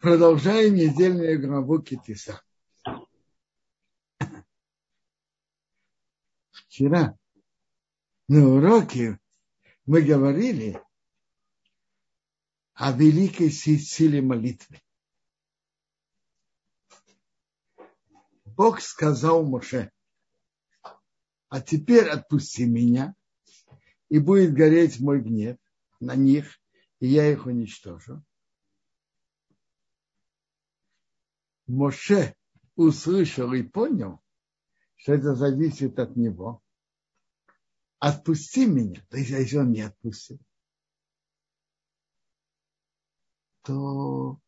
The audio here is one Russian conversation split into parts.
Продолжаем недельную главу Ки-Тиса. Вчера на уроке мы говорили о великой силе молитвы. Бог сказал Моше: а теперь отпусти меня, и будет гореть мой гнев на них, и я их уничтожу. Моше услышал и понял, что это зависит от него. Отпусти меня. То есть, если он не отпустит, то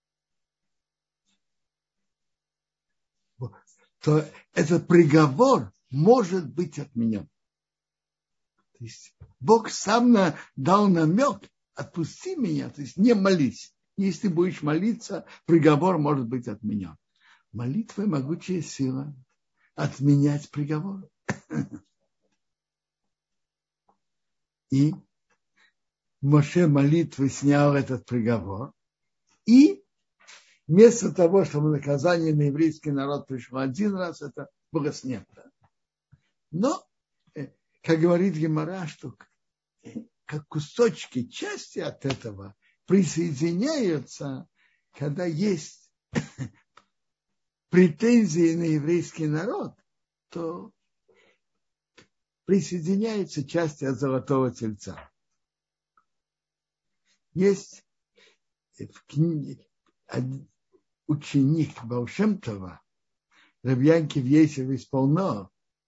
этот приговор может быть отменен. То есть Бог сам дал намек: отпусти меня, то есть не молись. Если будешь молиться, приговор может быть отменен. Молитва – могучая сила отменять приговор. И Моше молитвой снял этот приговор. И вместо того, чтобы наказание на еврейский народ пришло один раз, это было снято. Но, как говорит Гемара, что как кусочки, части от этого присоединяются, когда есть претензии на еврейский народ, то присоединяются части от золотого тельца. Есть в книге ученик Баал Шем Това, Рав Янкив Йосеф из Полно,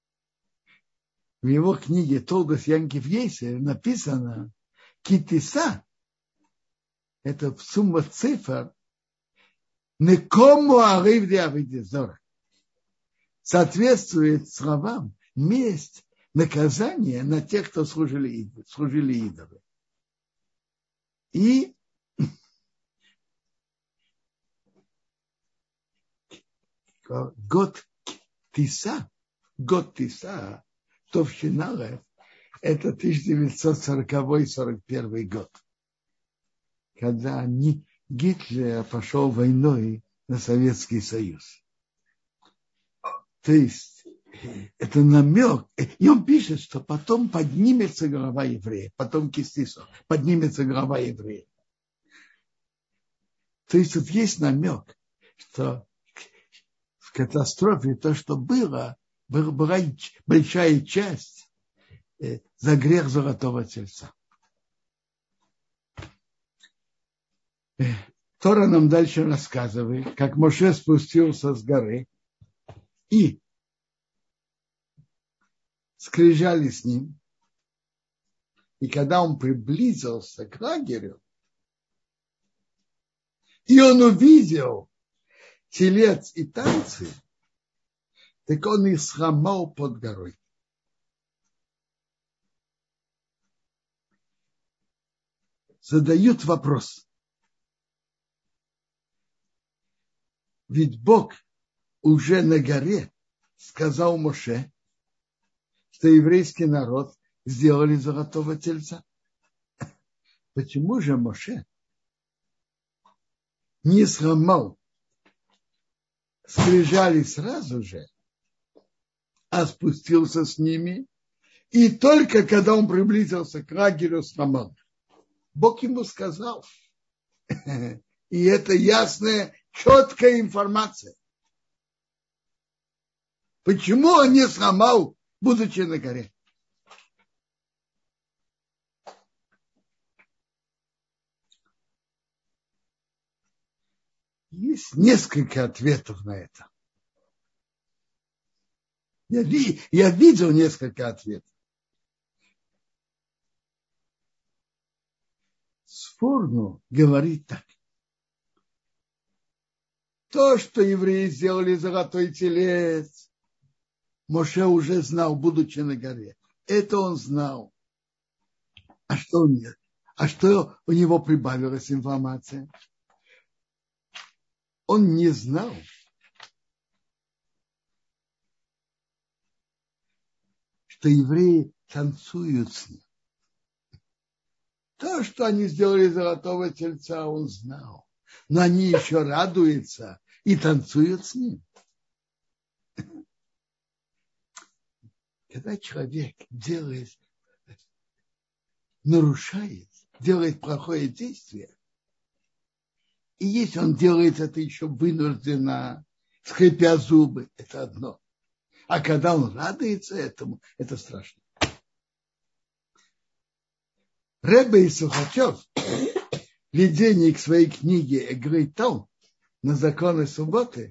в его книге Толдос Янкив Йосеф написано: Ки-Тиса – это сумма цифр «Некому арив де авидезор», соответствует словам месть, наказание на тех, кто служили идолы. И год Тиса, Товщиналев, это 1940-41 год, когда Гитлер пошел войной на Советский Союз. То есть это намек. И он пишет, что потом поднимется голова еврея, потом Кистисо, поднимется голова еврея. То есть тут есть намек, что в катастрофе то, что была большая часть за грех золотого тельца. Тора нам дальше рассказывает, как Моше спустился с горы и скрижали с ним. И когда он приблизился к лагерю, и он увидел телец и танцы, так он их сломал под горой. Задают вопрос. Ведь Бог уже на горе сказал Моше, что еврейский народ сделали золотого тельца. Почему же Моше не сломал скрижали сразу же, а спустился с ними, и только когда он приблизился к лагерю, сломал? Бог ему сказал. И это ясная, четкая информация. Почему он не сломал, будучи на горе? Есть несколько ответов на это. Я видел несколько ответов. Сфорну говорит так. То, что евреи сделали золотой телец, Моше уже знал, будучи на горе. Это он знал. А что нет? А что у него прибавилась информация? Он не знал, что евреи танцуют с ним. То, что они сделали золотого тельца, он знал. но они еще радуются и танцуют с ним. Когда человек нарушает, делает плохое действие, и если он делает это еще вынужденно, скрипя зубы, это одно. А когда он радуется этому, это страшно. Ребе Сухачев в введении к своей книге Эгрейтон на законы субботы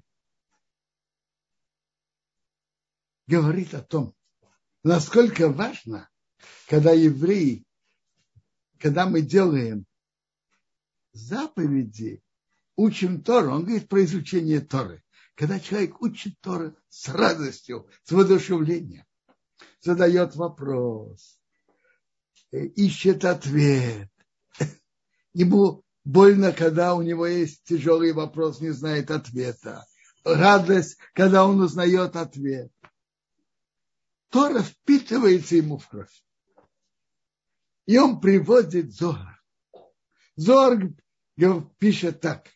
говорит о том, насколько важно, когда евреи, когда мы делаем заповеди, учим Тору, он говорит про изучение Торы. Когда человек учит Тору с радостью, с воодушевлением, задает вопрос, ищет ответ. Ему больно, когда у него есть тяжелый вопрос, не знает ответа. Радость, когда он узнает ответ. Тора впитывается ему в кровь. И он приводит Зоар. Зоар пишет так.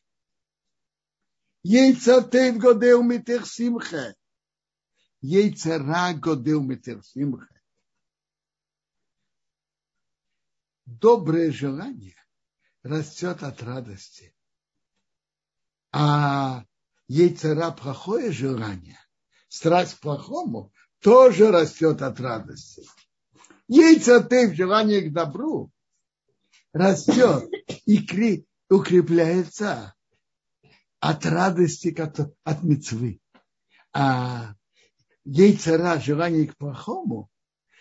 Ейцатейв годеу митер симха. Ейцара годеу митер симха. Доброе желание растет от радости. А ейцара, плохое желание, страсть к плохому, тоже растет от радости. Ейцатейв, желание к добру, растет и укрепляется от радости, от мицвы. А ейцара, желание к плохому,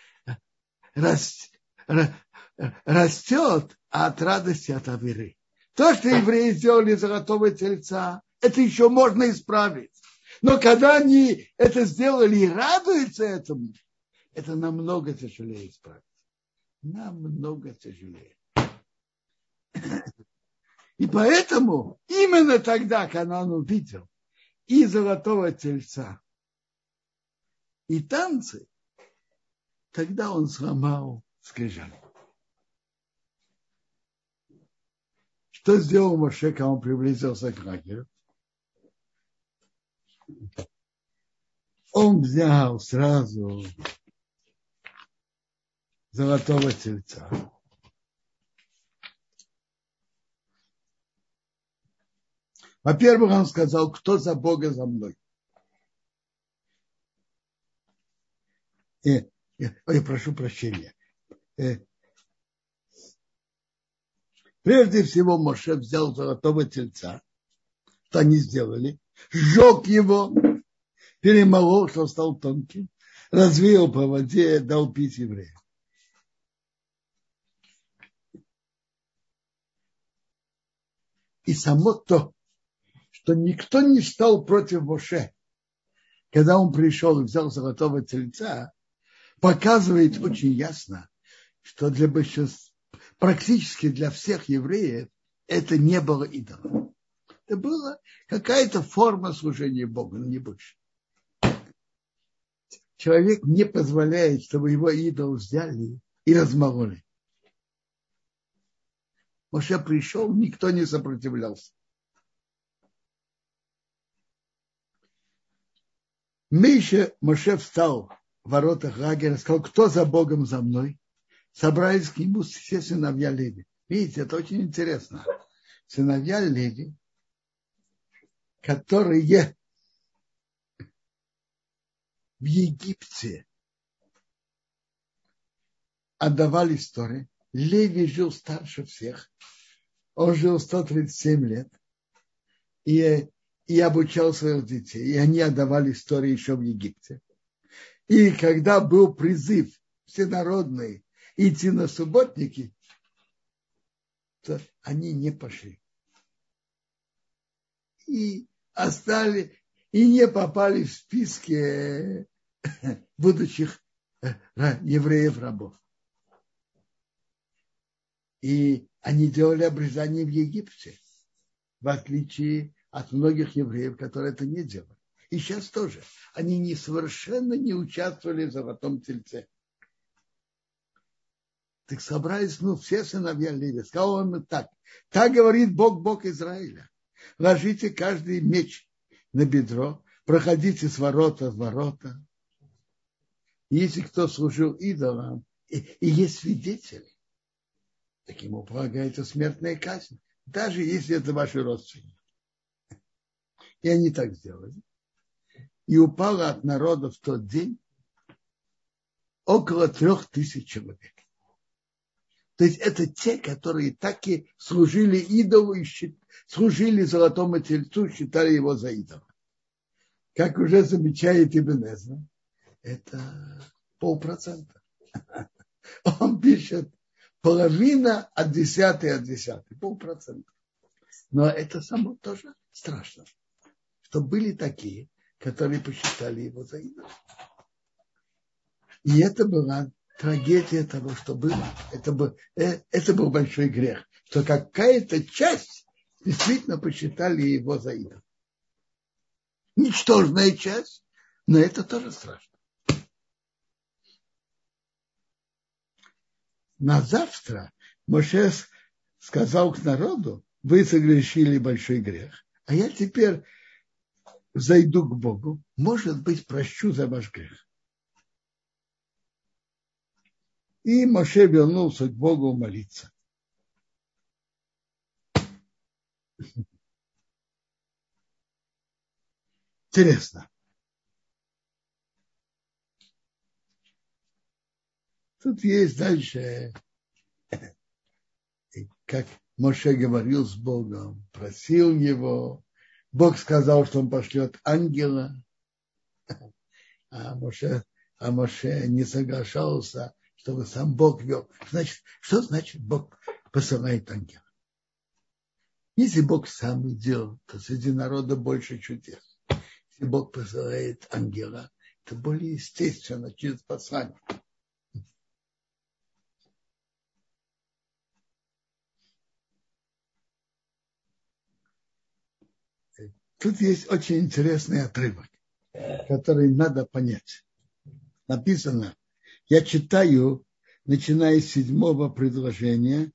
растет от радости от аверы. То, что евреи сделали золотого тельца, это еще можно исправить. Но когда они это сделали и радуются этому, это намного тяжелее исправить. Намного тяжелее. И поэтому именно тогда, когда он увидел и золотого тельца, и танцы, тогда он сломал скрижали. Что сделал Моше, когда он приблизился к лагерю? Он взял сразу золотого тельца. Во-первых, он сказал, кто за Бога за мной. Ой, прошу прощения. Прежде всего Моше взял золотого тельца, что они сделали, сжег его, перемолол, что стал тонким, развеял по воде, дал пить евреям. И само то, что никто не стал против Моше, когда он пришел и взял золотого тельца, показывает очень ясно, что для большинства, практически для всех евреев, это не было идолом. Это была какая-то форма служения Богу, но не больше. Человек не позволяет, чтобы его идол взяли и размололи. Моше пришел, никто не сопротивлялся. Моше встал в воротах лагеря, сказал, кто за Богом за мной? Собрались к нему все сыновья Леви. Видите, это очень интересно. Сыновья Леви, которые в Египте отдавали Торе. Леви жил старше всех. Он жил 137 лет. И обучал своих детей. И они отдавали Торе еще в Египте. И когда был призыв всенародный идти на субботники, то они не пошли. И остались, и не попали в списки будущих евреев-рабов. И они делали обрезание в Египте, в отличие от многих евреев, которые это не делали. И сейчас тоже. Они совершенно не участвовали в золотом тельце. Так собрались, все сыновья Леви. Сказал он так. Так говорит Бог, Бог Израиля. Ложите каждый меч на бедро, проходите с ворота в ворота. Если кто служил идолам, и есть свидетели, так ему полагается смертная казнь, даже если это ваши родственники. И они так сделали. И упало от народа в тот день около 3000 человек. То есть это те, которые так и служили идолу, и служили золотому тельцу, считали его за идола. Как уже замечает Ибн Эзра, это 0,5%. Он пишет половина от 10, 0,5%. Но это само тоже страшно, что были такие, которые посчитали его за идола. И это была трагедия того, что было. Это был большой грех, что какая-то часть действительно посчитали его за идола. Ничтожная часть, но это тоже страшно. На завтра Моше сказал к народу: вы согрешили большой грех, а я теперь зайду к Богу, может быть, прощу за ваш грех. И Моше вернулся к Богу молиться. Интересно. Тут есть дальше, как Моше говорил с Богом, просил его. Бог сказал, что он пошлет ангела, а Моше не соглашался, чтобы сам Бог вел. Что значит Бог посылает ангела? Если Бог сам идет, то среди народа больше чудес. Если Бог посылает ангела, это более естественно, через послание. Тут есть очень интересный отрывок, который надо понять. Написано, я читаю, начиная с 7 предложения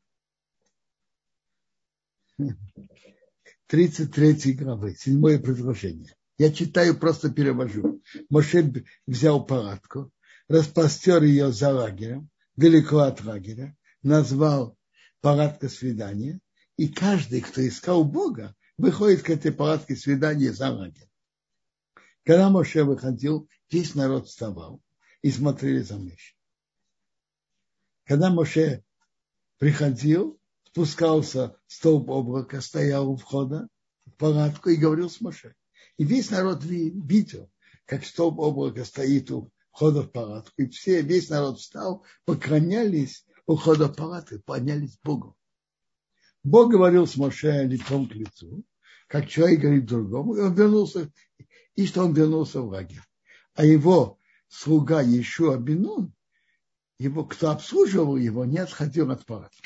33 главы, 7 предложение. Я читаю, просто перевожу. Моше взял палатку, распростер ее за лагерем, далеко от лагеря, назвал палатка свидания, и каждый, кто искал Бога, выходит к этой палатке свидания за лагерем. Когда Моше выходил, весь народ вставал и смотрели за Моше. Когда Моше приходил, спускался столб облака, стоял у входа в палатку и говорил с Моше. И весь народ видел, как столб облака стоит у входа в палатку. И весь народ встал, поклонялись у входа в палатку, поклонялись Богу. Бог говорил с Моше лицом к лицу, как человек говорит другому, и он вернулся в лагерь. А его слуга Йешуа бен Нун, кто обслуживал его, не отходил от палатки.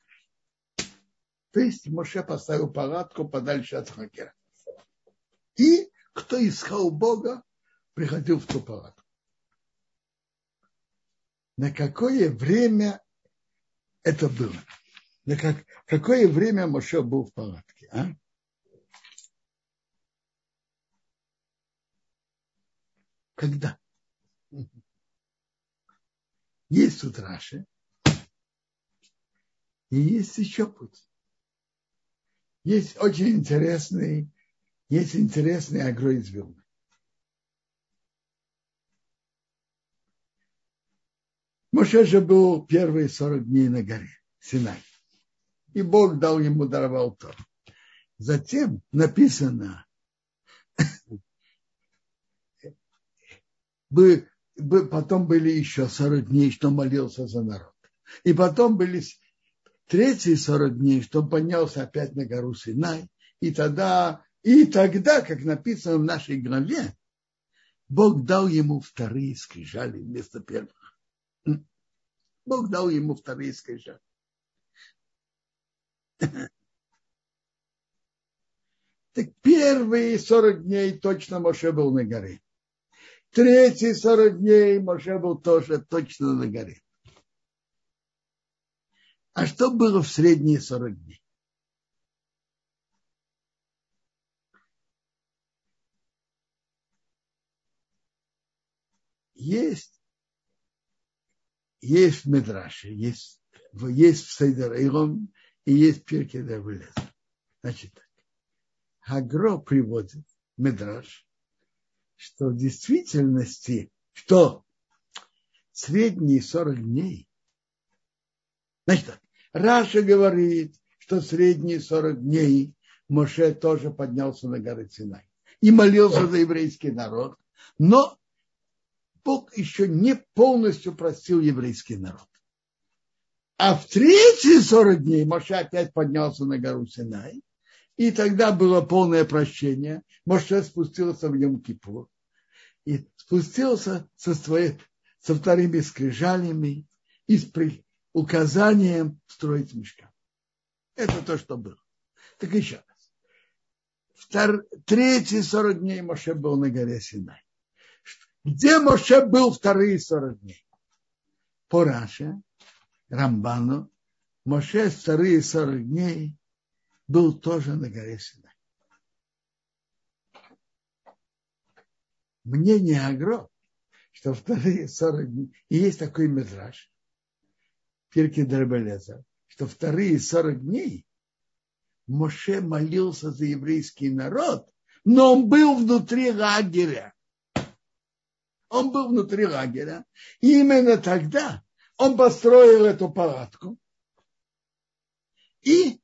То есть Моше поставил палатку подальше от лагеря. И кто искал Бога, приходил в ту палатку. На какое время это было? На какое время Моше был в палатке? Когда? Есть тут Раши, и есть еще путь. Есть интересный агро из Вилны. Моше же был первые 40 дней на горе Синай. И Бог даровал Тору. Затем написано, потом были еще 40 дней, что молился за народ. И потом были третьи 40 дней, что поднялся опять на гору Синай. И тогда, как написано в нашей главе, Бог дал ему вторые скрижали вместо первых. Бог дал ему вторые скрижали. Так первые 40 дней точно Моше был на горе. Третьи 40 дней Моше был тоже точно на горе. А что было в средние 40 дней? Есть в Медраше, есть в Сейдер Эйлом и есть в Пиркей Авелез. Значит так. Агро приводит Медраш, что в действительности, что средние 40 дней, значит так, Раша говорит, что средние 40 дней Моше тоже поднялся на горы Синай и молился за еврейский народ, но Бог еще не полностью простил еврейский народ. А в третьи 40 дней Моше опять поднялся на гору Синай, и тогда было полное прощение. Моше спустился в Йом-Кипур и спустился со вторыми скрижалями и с указанием строить мишкан. Это то, что было. Так еще раз. Третьи 40 дней Моше был на горе Синай. Где Моше был вторые 40 дней? По Раше, Рамбану, Моше вторые 40 дней был тоже на горе Синай. Мнение Агро, что вторые 40 дней, и есть такой мидраш, Пиркей Авелез, что вторые 40 дней Моше молился за еврейский народ, но он был внутри лагеря. Он был внутри лагеря, и именно тогда он построил эту палатку. И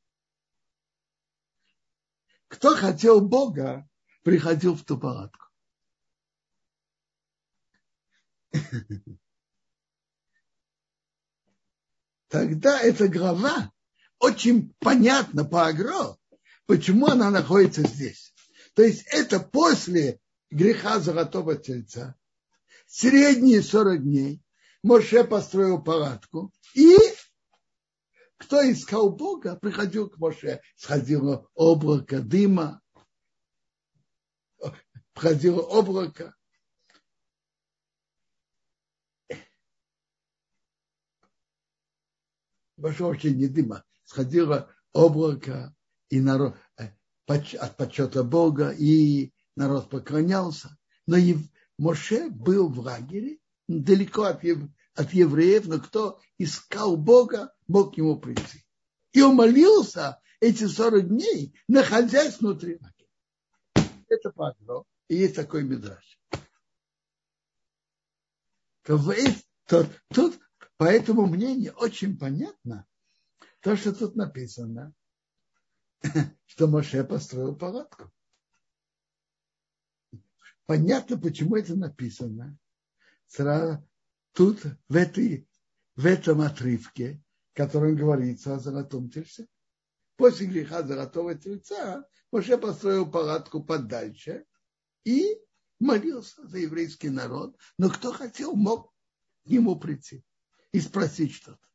кто хотел Бога, приходил в ту палатку. Тогда эта глава очень понятна по Агро, почему она находится здесь. То есть это после греха золотого тельца. Средние 40 дней Моше построил палатку, и кто искал Бога, приходил к Моше. Сходило облако дыма, входило облако. Вообще не дыма, сходило облако, и народ от почета Бога, и народ поклонялся. Но Моше был в лагере, далеко от евреев, но кто искал Бога, мог к нему прийти. И он молился эти 40 дней, находясь внутри лагеря. Это Павел, и есть такой мидраш. Тут по этому мнению очень понятно то, что тут написано, что Моше построил палатку. Понятно, почему это написано. Сразу тут, в этом отрывке, в котором говорится о золотом тельце. После греха золотого тельца Моше построил палатку подальше и молился за еврейский народ. Но кто хотел, мог к нему прийти и спросить что-то.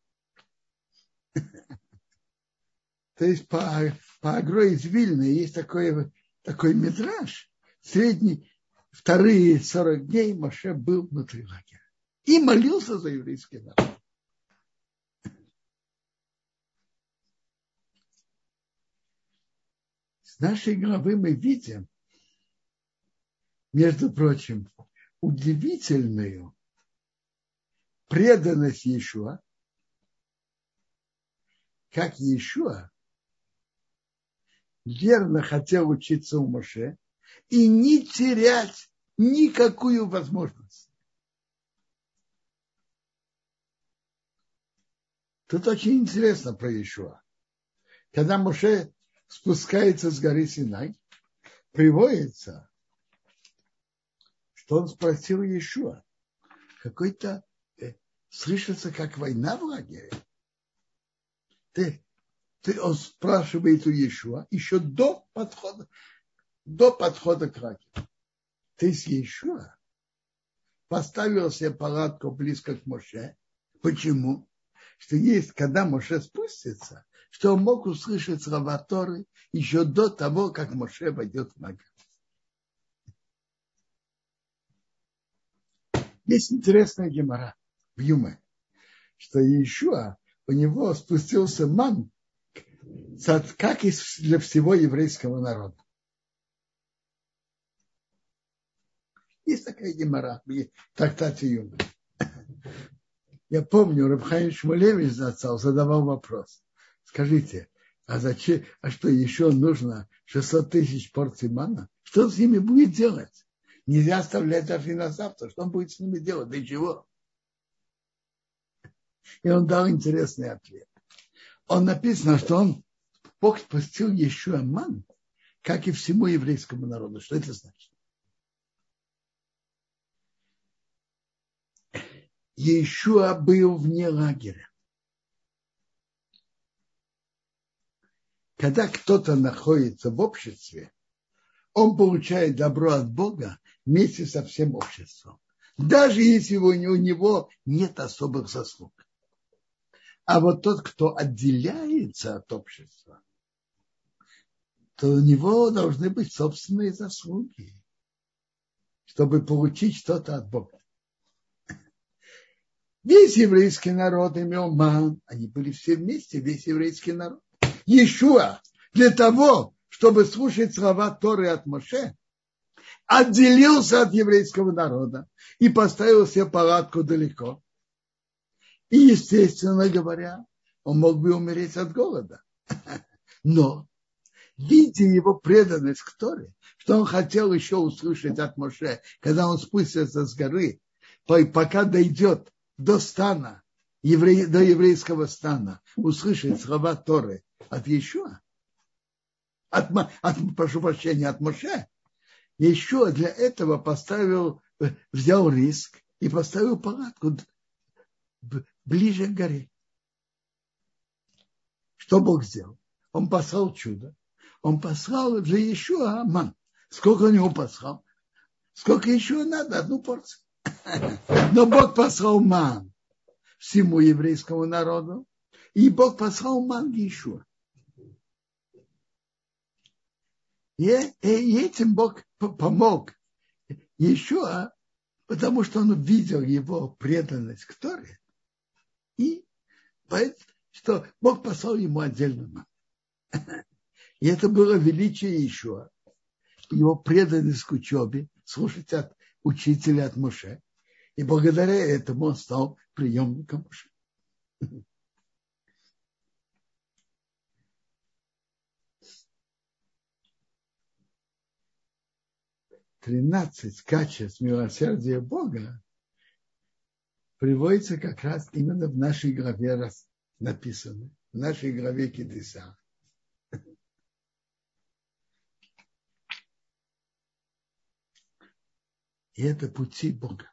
То есть по Агро из Вильны есть такой мидраш. Вторые 40 дней Моше был внутри лагеря и молился за еврейский народ. С нашей главы мы видим, между прочим, удивительную преданность Иешуа, как Иешуа верно хотел учиться у Моше и не терять никакую возможность. Тут очень интересно про Иешуа. Когда Моше спускается с горы Синай, приводится, что он спросил Иешуа, какой-то слышится, как война в лагере. Он спрашивает у Иешуа еще до подхода к лагерю. То есть Иешуа поставил себе палатку близко к Моше. Почему? Что есть, когда Моше спустится, что он мог услышать слова Торы еще до того, как Моше войдет в лагерь. Есть интересная гемара в Юме, что Иешуа у него спустился ман, как и для всего еврейского народа. Есть такая гемара, трактат Юна. Я помню, Рав Хаим Шмулевич задавал вопрос. Скажите, а что еще нужно 600 тысяч порций мана? Что с ними будет делать? Нельзя оставлять даже и на завтра. Что он будет с ними делать? Для чего? И он дал интересный ответ. Он написано, что Бог спустил еще ман, как и всему еврейскому народу. Что это значит? Иешуа был вне лагеря. Когда кто-то находится в обществе, он получает добро от Бога вместе со всем обществом. Даже если у него нет особых заслуг. А вот тот, кто отделяется от общества, то у него должны быть собственные заслуги, чтобы получить что-то от Бога. Весь еврейский народ имел ман, они были все вместе, весь еврейский народ. Иешуа для того, чтобы слушать слова Торы от Моше, отделился от еврейского народа и поставил себе палатку далеко. И, естественно говоря, он мог бы умереть от голода. Но, видя его преданность к Торе, что он хотел еще услышать от Моше, когда он спустится с горы, пока дойдет до стана, до еврейского стана, услышать слова Торы от Иешуа, прошу прощения, от Моше, Иешуа для этого взял риск и поставил палатку ближе к горе. Что Бог сделал? Он послал чудо. Он послал для Иешуа ман. Сколько у него послал? Сколько еще надо? Одну порцию. Но Бог послал ман всему еврейскому народу, и Бог послал ман Иешуа. И этим Бог помог Иешуа, потому что он увидел его преданность к Торе, и что Бог послал ему отдельно ман. И это было величие Иешуа, его преданность к учебе, слушать от учителя, от Моше. И благодаря этому он стал преемником Моше. 13 качеств милосердия Бога приводится как раз именно в нашей главе написано, в нашей главе Кидеса. И это пути Бога.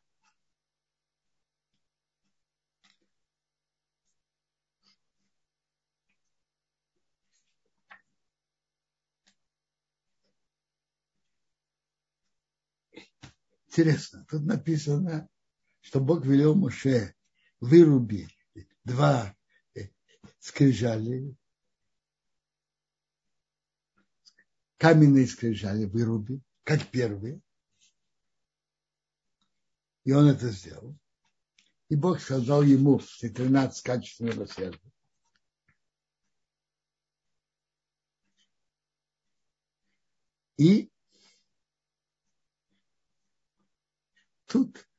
Интересно, тут написано, что Бог велел Моше выруби 2 скрижали, каменные скрижали выруби, как первые. И он это сделал. И Бог сказал ему 13 качеств милосердия. И тут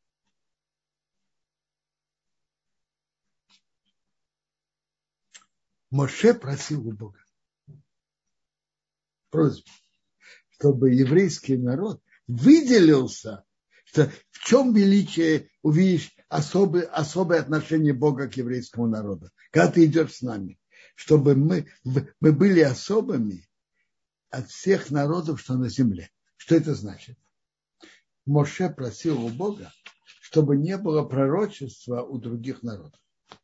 Моше просил у Бога просьбу, чтобы еврейский народ выделился, что в чем величие, увидишь особое отношение Бога к еврейскому народу, когда ты идешь с нами, чтобы мы были особыми от всех народов, что на земле. Что это значит? Моше просил у Бога, чтобы не было пророчества у других народов.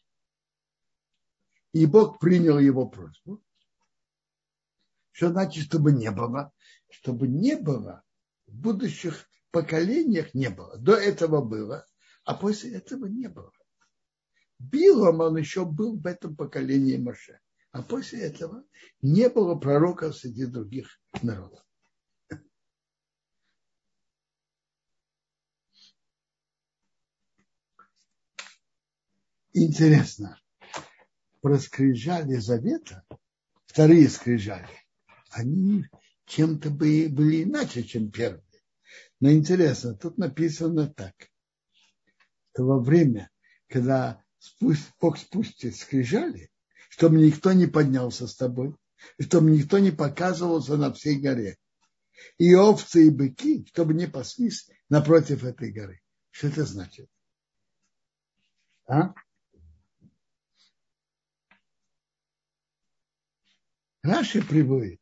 И Бог принял его просьбу. Что значит, чтобы не было? Чтобы не было, в будущих поколениях не было. До этого было, а после этого не было. Билам он еще был в этом поколении Моше. А после этого не было пророков среди других народов. Интересно. про скрижали завета, вторые скрижали, они чем-то были иначе, чем первые. Но интересно, тут написано так, что во время, когда Бог спустит скрижали, чтобы никто не поднялся с тобой, чтобы никто не показывался на всей горе. И овцы, и быки, чтобы не паслись напротив этой горы. Что это значит? Раши приводит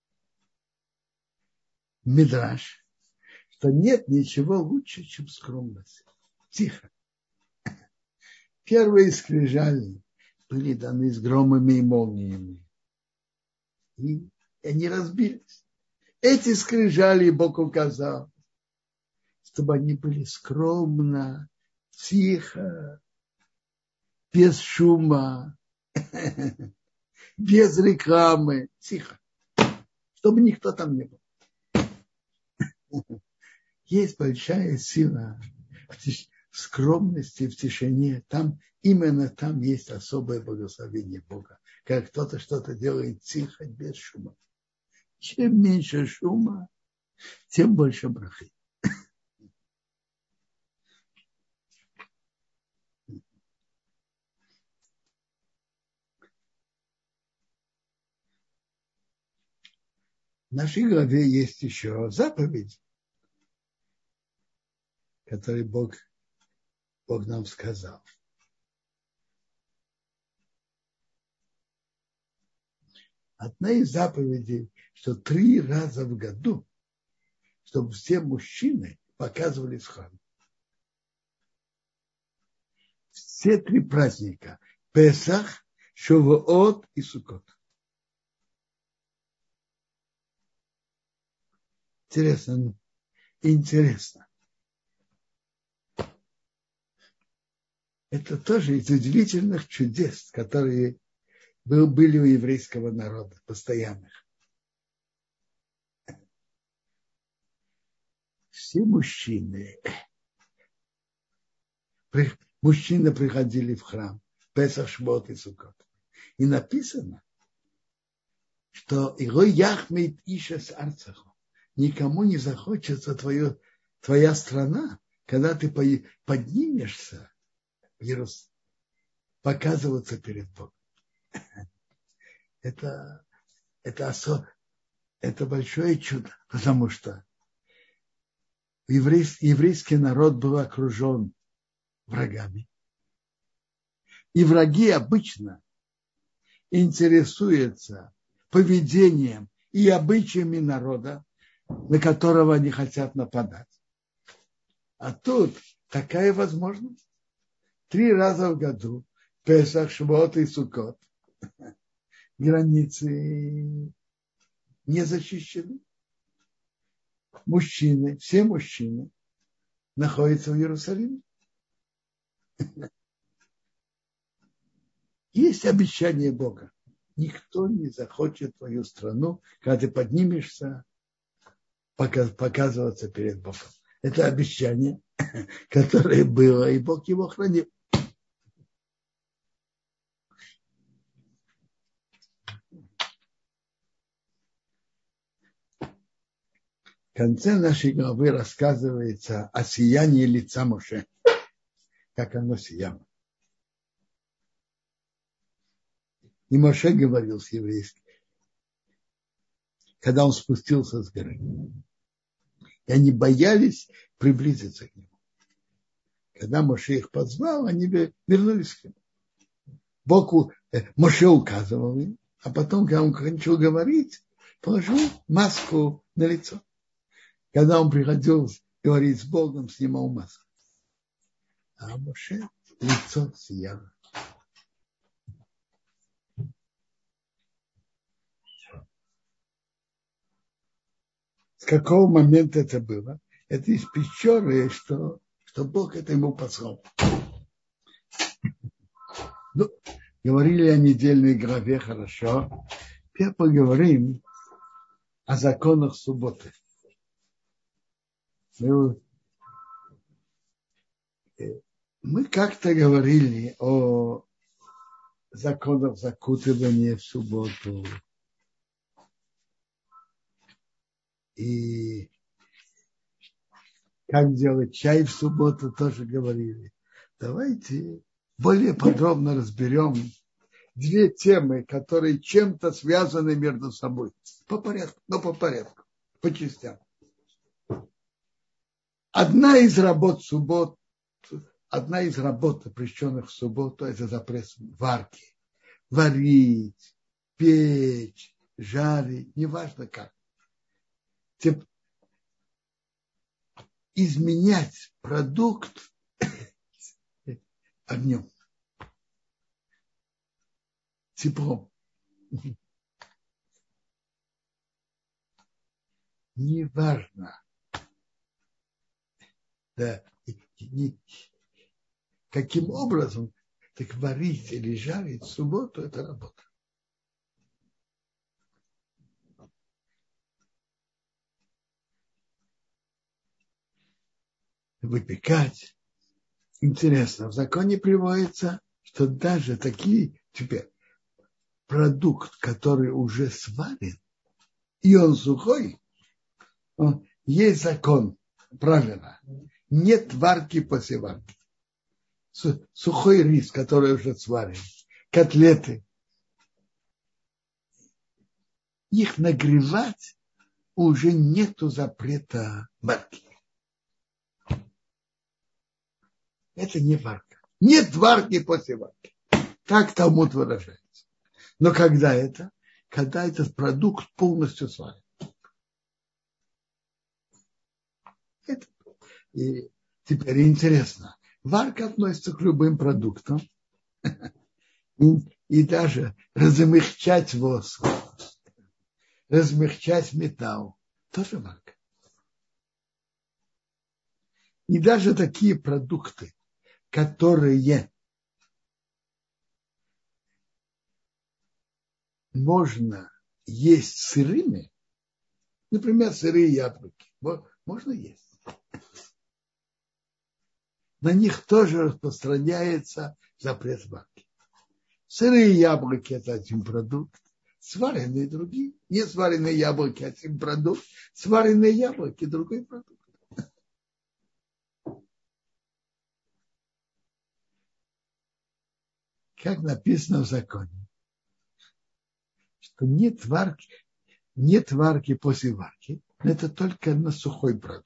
Мидраш, что нет ничего лучше, чем скромность. Тихо. Первые скрижали были даны с громами и молниями. И они разбились. Эти скрижали Бог указал, чтобы они были скромно, тихо, без шума, без рекламы, тихо. Чтобы никто там не был. Есть большая сила в скромности, в тишине. Там, именно там есть особое благословение Бога. Когда кто-то что-то делает тихо, без шума. Чем меньше шума, тем больше брахи. В нашей главе есть еще заповедь, которую Бог нам сказал. Одна из заповедей, что 3 раза в году, чтобы все мужчины показывались в храме. Все 3 праздника. Песах, Шавуот и Суккот. Интересно. Это тоже из удивительных чудес, которые были у еврейского народа, постоянных. Все мужчины приходили в храм, Песах, Шавуот и Суккот. И написано, что его яхмит ишес арцаху. Никому не захочется твоя страна, когда ты поднимешься в Иерусалим, показываться перед Богом. Это большое чудо, потому что еврейский народ был окружен врагами. И враги обычно интересуются поведением и обычаями народа, на которого они хотят нападать. А тут такая возможность. 3 раза в году, Песах, Шавуот и Суккот, границы не защищены. Все мужчины находятся в Иерусалиме. Есть обещание Бога. Никто не захочет твою страну, когда ты поднимешься, показываться перед Богом. Это обещание, которое было, и Бог его хранил. В конце нашей главы рассказывается о сиянии лица Моше, как оно сияло. И Моше говорил с еврейским, когда он спустился с горы. И они боялись приблизиться к нему. Когда Моше их позвал, они вернулись к нему. Моше указывал им, а потом, когда он кончил говорить, положил маску на лицо. Когда он приходил говорить с Богом, снимал маску. А Моше лицо сияло. С какого момента это было? Это из пещеры, что Бог это ему послал. Ну, говорили о недельной главе хорошо. Теперь поговорим о законах субботы. Мы как-то говорили о законов закутывания в субботу. И как делать чай в субботу, тоже говорили. Давайте более подробно разберем две темы, которые чем-то связаны между собой. По порядку, но по порядку, по частям. Одна из работ, запрещенных в субботу, это запрет варки. Варить, печь, жарить, неважно как. Изменять продукт огнем, теплом. Неважно. Да, каким образом, так варить или жарить в субботу – это работа. Выпекать. Интересно, в законе приводится, что даже такие, теперь, продукт, который уже сварен, и он сухой, есть закон, правильно, нет варки после варки. Сухой рис, который уже сварен, котлеты, их нагревать уже нету запрета варки. Это не варка. Нет варки после варки. Так Талмуд выражается. Но когда это? Когда этот продукт полностью сварен. И теперь интересно. Варка относится к любым продуктам. И даже размягчать воск, размягчать металл. Тоже варка. И даже такие продукты, которые можно есть сырыми, например, сырые яблоки, можно есть. На них тоже распространяется запрет варки. Сырые яблоки – это один продукт, сваренные другие. Не сваренные яблоки – один продукт, сваренные яблоки – другой продукт. Как написано в законе, что нет варки после варки, но это только на сухой продукт.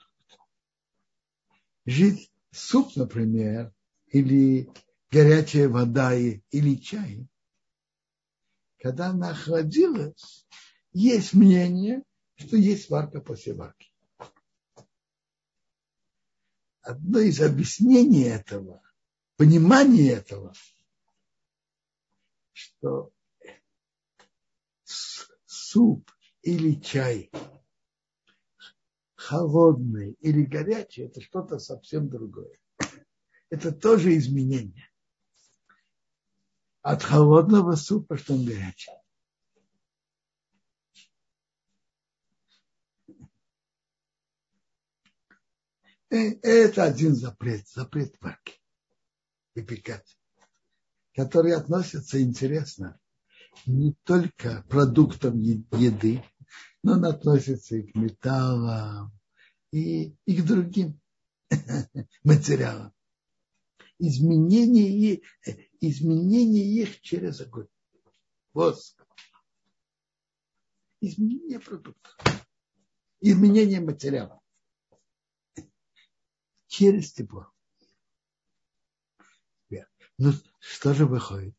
Суп, например, или горячая вода, или чай, когда она охладилась, есть мнение, что есть варка после варки. Одно из объяснений этого, понимания этого, что суп или чай холодный или горячий – это что-то совсем другое. Это тоже изменение. От холодного супа, что он горячий. Это один запрет варки, выпекать, который относится, интересно, не только к продуктам еды, но он относится и к металлам, и к другим материалам. Изменение их через огонь. Воск. Изменение продуктов. Изменение материала. Через тепло. Ну, что же выходит?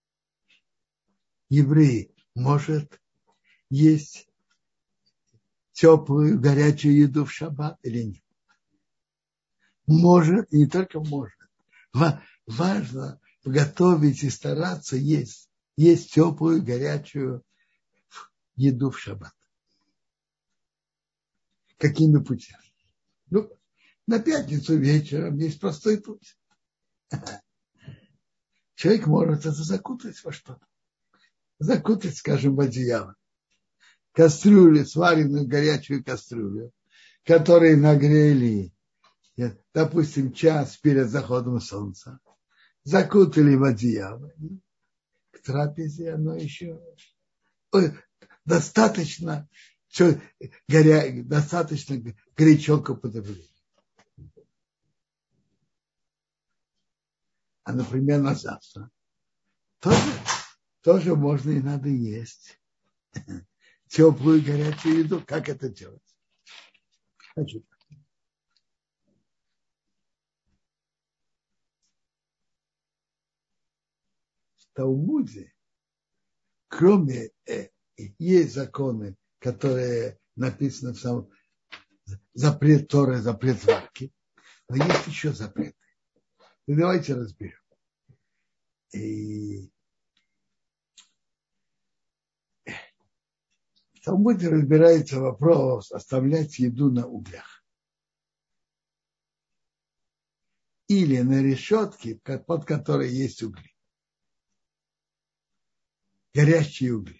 Еврей может есть теплую, горячую еду в шаббат или нет? Может, и не только может. Важно готовить и стараться есть теплую, горячую еду в шаббат. Какими путями? Ну, на пятницу вечером есть простой путь. Человек может это закутать во что-то. Закутать, скажем, в одеяло. Кастрюлю, сваренную горячую кастрюлю, которую нагрели, допустим, час перед заходом солнца. Закутали в одеяло. к трапезе, оно еще достаточно, достаточно горячо к употреблению. А, например, на завтра тоже можно и надо есть теплую горячую еду. Как это делать? Значит, в Талмуде, кроме есть законы, которые написаны в самом запрет Торы, запрет варки, но есть еще запреты. И давайте разберем. И в Талмуде разбирается вопрос оставлять еду на углях или на решетке, под которой есть угли, горящие угли.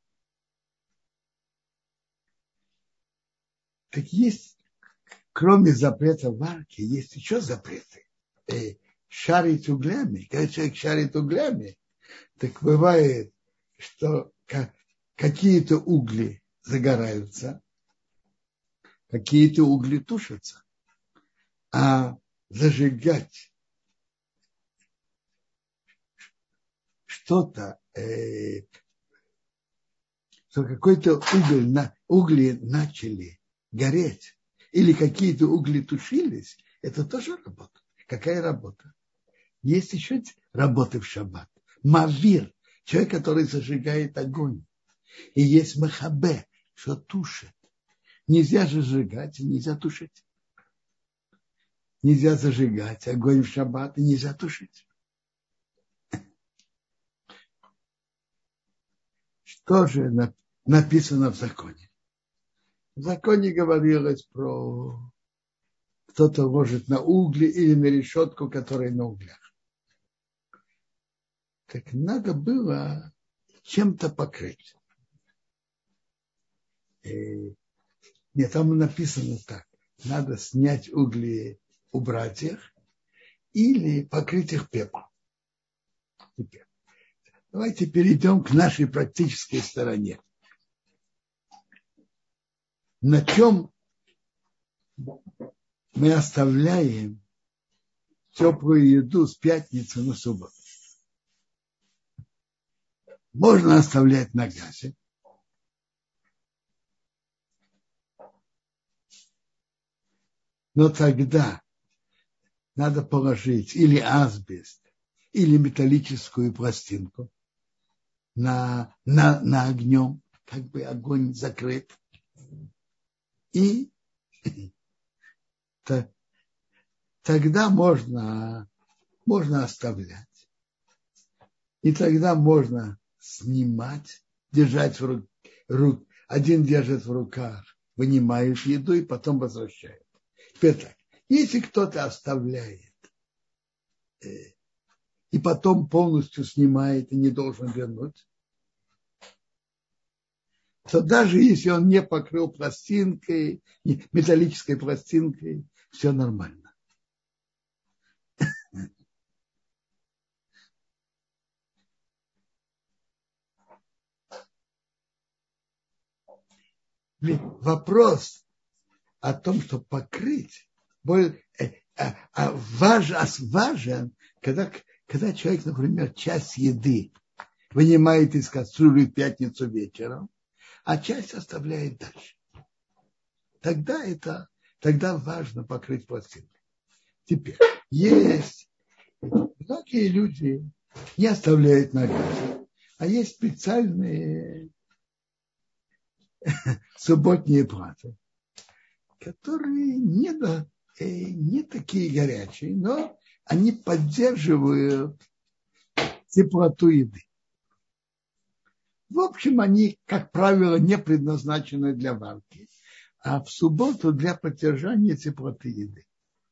Так есть, кроме запрета варки, есть еще запреты. Шарить углями. Когда человек шарит углями, так бывает, что какие-то угли загораются, какие-то угли тушатся. А зажигать что-то, что какой-то угли начали гореть, или какие-то угли тушились, это тоже работа. Какая работа? Есть еще работы в шаббат. Мавир, человек, который зажигает огонь. И есть махабе, что тушит. Нельзя зажигать, нельзя тушить. Нельзя зажигать огонь в шаббат, и нельзя тушить. Что же написано в законе? В законе говорилось про кто-то ложит на угли или на решетку, которая на углях. Так надо было чем-то покрыть. Нет, там написано так. Надо снять угли, убрать их или покрыть их пеплом. Теперь. Давайте перейдем к нашей практической стороне. На чем мы оставляем теплую еду с пятницы на субботу? Можно оставлять на газе. Но тогда надо положить или асбест, или металлическую пластинку на огнем, как бы огонь закрыт. И тогда можно оставлять. И тогда можно снимать, держать в рук. Один держит в руках, вынимает еду и потом возвращает. Теперь так. Если кто-то оставляет и потом полностью снимает и не должен вернуть, то даже если он не покрыл пластинкой, металлической пластинкой, все нормально. Вопрос о том, что покрыть, важен, когда человек, например, часть еды вынимает из кастрюли в пятницу вечером, а часть оставляет дальше. Тогда важно покрыть пластинкой. Теперь, есть многие люди не оставляют на газе, а есть специальные субботние платы, которые не такие горячие, но они поддерживают теплоту еды. В общем, они, как правило, не предназначены для варки, а в субботу для поддержания теплоты еды.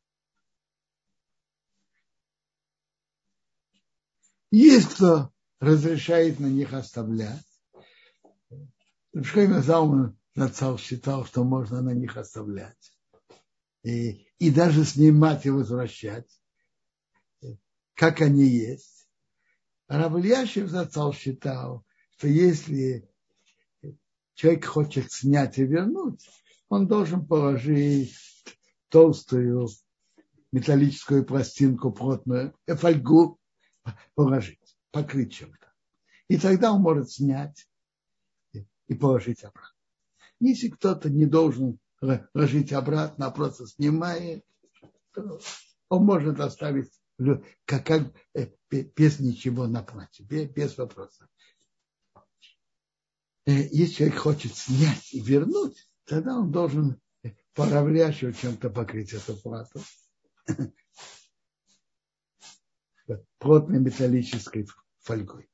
Есть кто разрешает на них оставлять. Шхайм Залман считал, что можно на них оставлять. И даже снимать и возвращать, как они есть. Рав Элияшев зацал считал, что если человек хочет снять и вернуть, он должен положить толстую металлическую пластинку, плотную фольгу, положить, покрыть чем-то. И тогда он может снять и положить обратно. Если кто-то не должен ложить обратно, а просто снимает, то он может оставить как без ничего на платье, без вопроса. Если человек хочет снять и вернуть, тогда он должен поравляющим чем-то покрыть эту плату плотной металлической фольгой.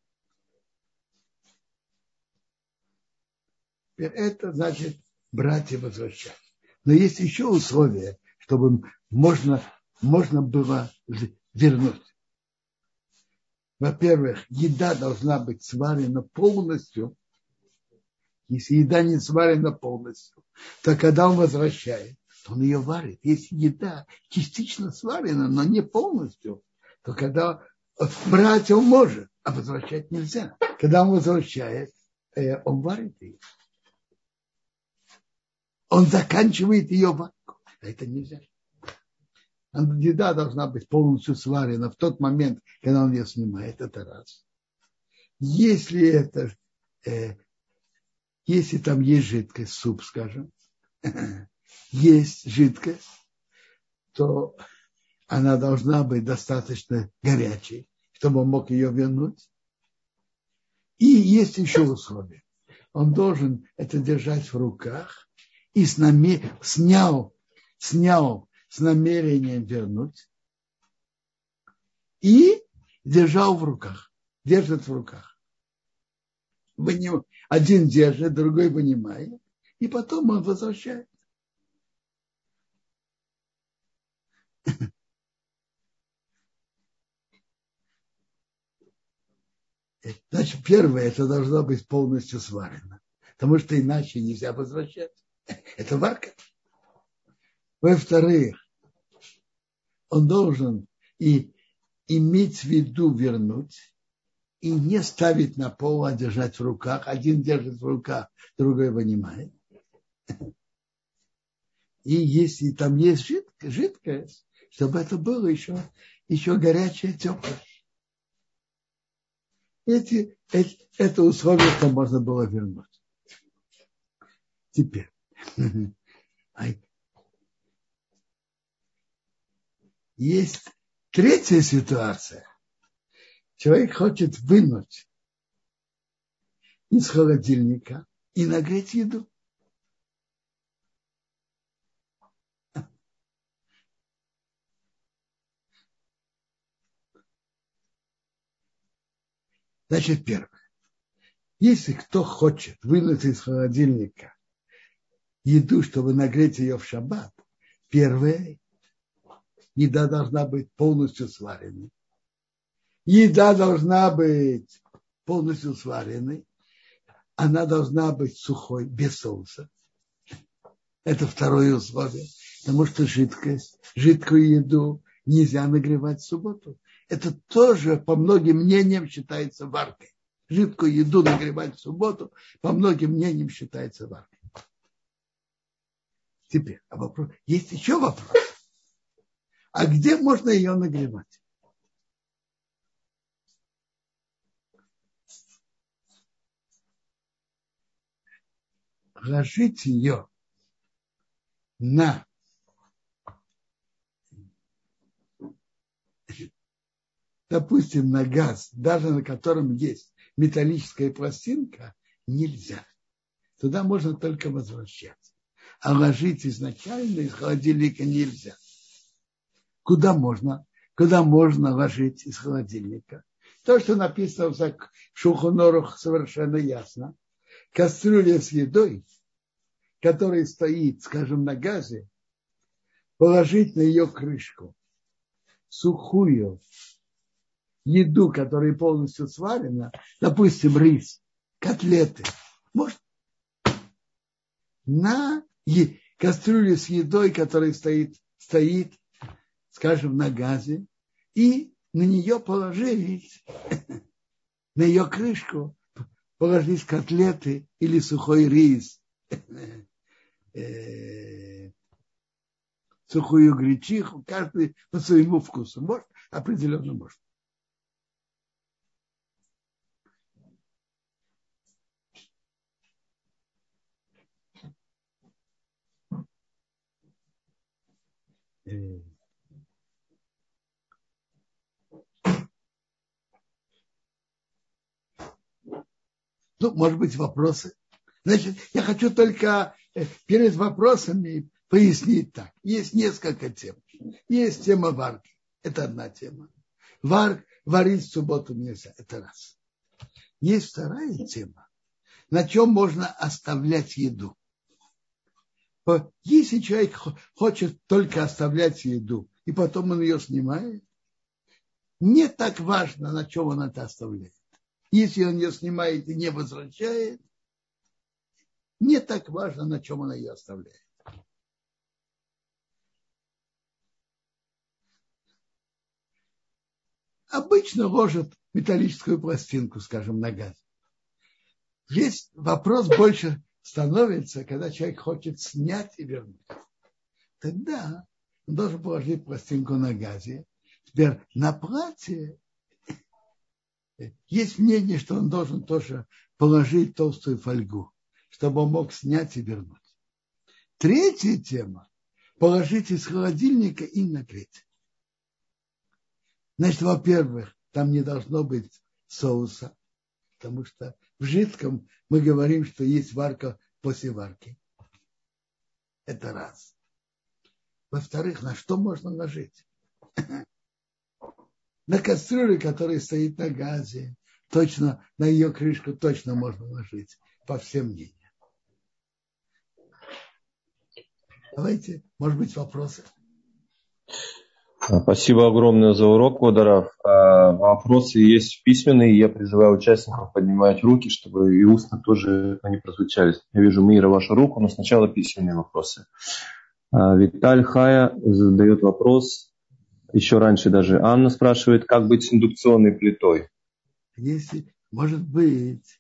Это значит брать и возвращать. Но есть еще условия, чтобы можно было вернуть. Во-первых, еда должна быть сварена полностью. Если еда не сварена полностью, то когда он возвращает, то он ее варит. Если еда частично сварена, но не полностью, то когда брать он может, а возвращать нельзя. Когда он возвращает, он варит ее. Он заканчивает ее варку. А это нельзя. Еда должна быть полностью сварена в тот момент, когда он ее снимает. Это раз. Если там есть жидкость, суп, скажем, есть жидкость, то она должна быть достаточно горячей, чтобы он мог ее вернуть. И есть еще условие. Он должен это держать в руках и снял с намерением вернуть и держал в руках. Держит в руках. Один держит, другой вынимает, и потом он возвращает. Значит, первое, это должно быть полностью сварено, потому что иначе нельзя возвращать. Это варка. Во-вторых, он должен и иметь в виду вернуть, и не ставить на пол, а держать в руках. Один держит в руках, другой вынимает. И если там есть жидкость, чтобы это было еще горячее, теплое. Это условие, что можно было вернуть. Теперь. Есть третья ситуация. Человек хочет вынуть из холодильника и нагреть еду. Значит, первое. Если кто хочет вынуть из холодильника еду, чтобы нагреть ее в шаббат, первое, еда должна быть полностью сваренной. Еда должна быть полностью сваренной. Она должна быть сухой, без соуса. Это второе условие. Потому что жидкую еду нельзя нагревать в субботу. Это тоже, по многим мнениям, считается варкой. Жидкую еду нагревать в субботу, по многим мнениям, считается варкой. Теперь, есть еще вопрос. А где можно ее нагревать? Ложить ее допустим, на газ, даже на котором есть металлическая пластинка, нельзя. Туда можно только возвращаться. А ложить изначально из холодильника нельзя. Куда можно? Куда можно ложить из холодильника? То, что написано в Шулхан Арух, совершенно ясно. Кастрюля с едой, которая стоит, скажем, на газе, положить на ее крышку сухую еду, которая полностью сварена, допустим, рис, котлеты, может, на кастрюлю с едой, которая стоит, скажем, на газе, и на нее положить на ее крышку положить котлеты или сухой рис, сухую гречиху, каждый по своему вкусу. Может, определенно может. Ну, может быть, вопросы. Значит, я хочу только перед вопросами пояснить так. Есть несколько тем. Есть тема варки. Это одна тема. Варить в субботу нельзя. Это раз. Есть вторая тема. На чем можно оставлять еду. Если человек хочет только оставлять еду, и потом он ее снимает, не так важно, на чем он это оставляет. Если он ее снимает и не возвращает, не так важно, на чем он ее оставляет. Обычно ложат металлическую пластинку, скажем, на газ. Здесь вопрос больше становится, когда человек хочет снять и вернуть. Тогда он должен положить пластинку на газе. Теперь на платье есть мнение, что он должен тоже положить толстую фольгу, чтобы он мог снять и вернуть. Третья тема – положить из холодильника и нагреть. Значит, во-первых, там не должно быть соуса, потому что в жидком мы говорим, что есть варка после варки. Это раз. Во-вторых, на что можно ложить? На кастрюлю, которая стоит на газе, точно, на ее крышку точно можно ложить, по всем мнениям. Давайте, может быть, вопросы. Спасибо огромное за урок, Водоров. Вопросы есть письменные. Я призываю участников поднимать руки, чтобы и устно тоже они прозвучали. Я вижу, Мира, вашу руку, но сначала письменные вопросы. Виталь Хая задает вопрос. Еще раньше даже Анна спрашивает, как быть с индукционной плитой? Если, может быть,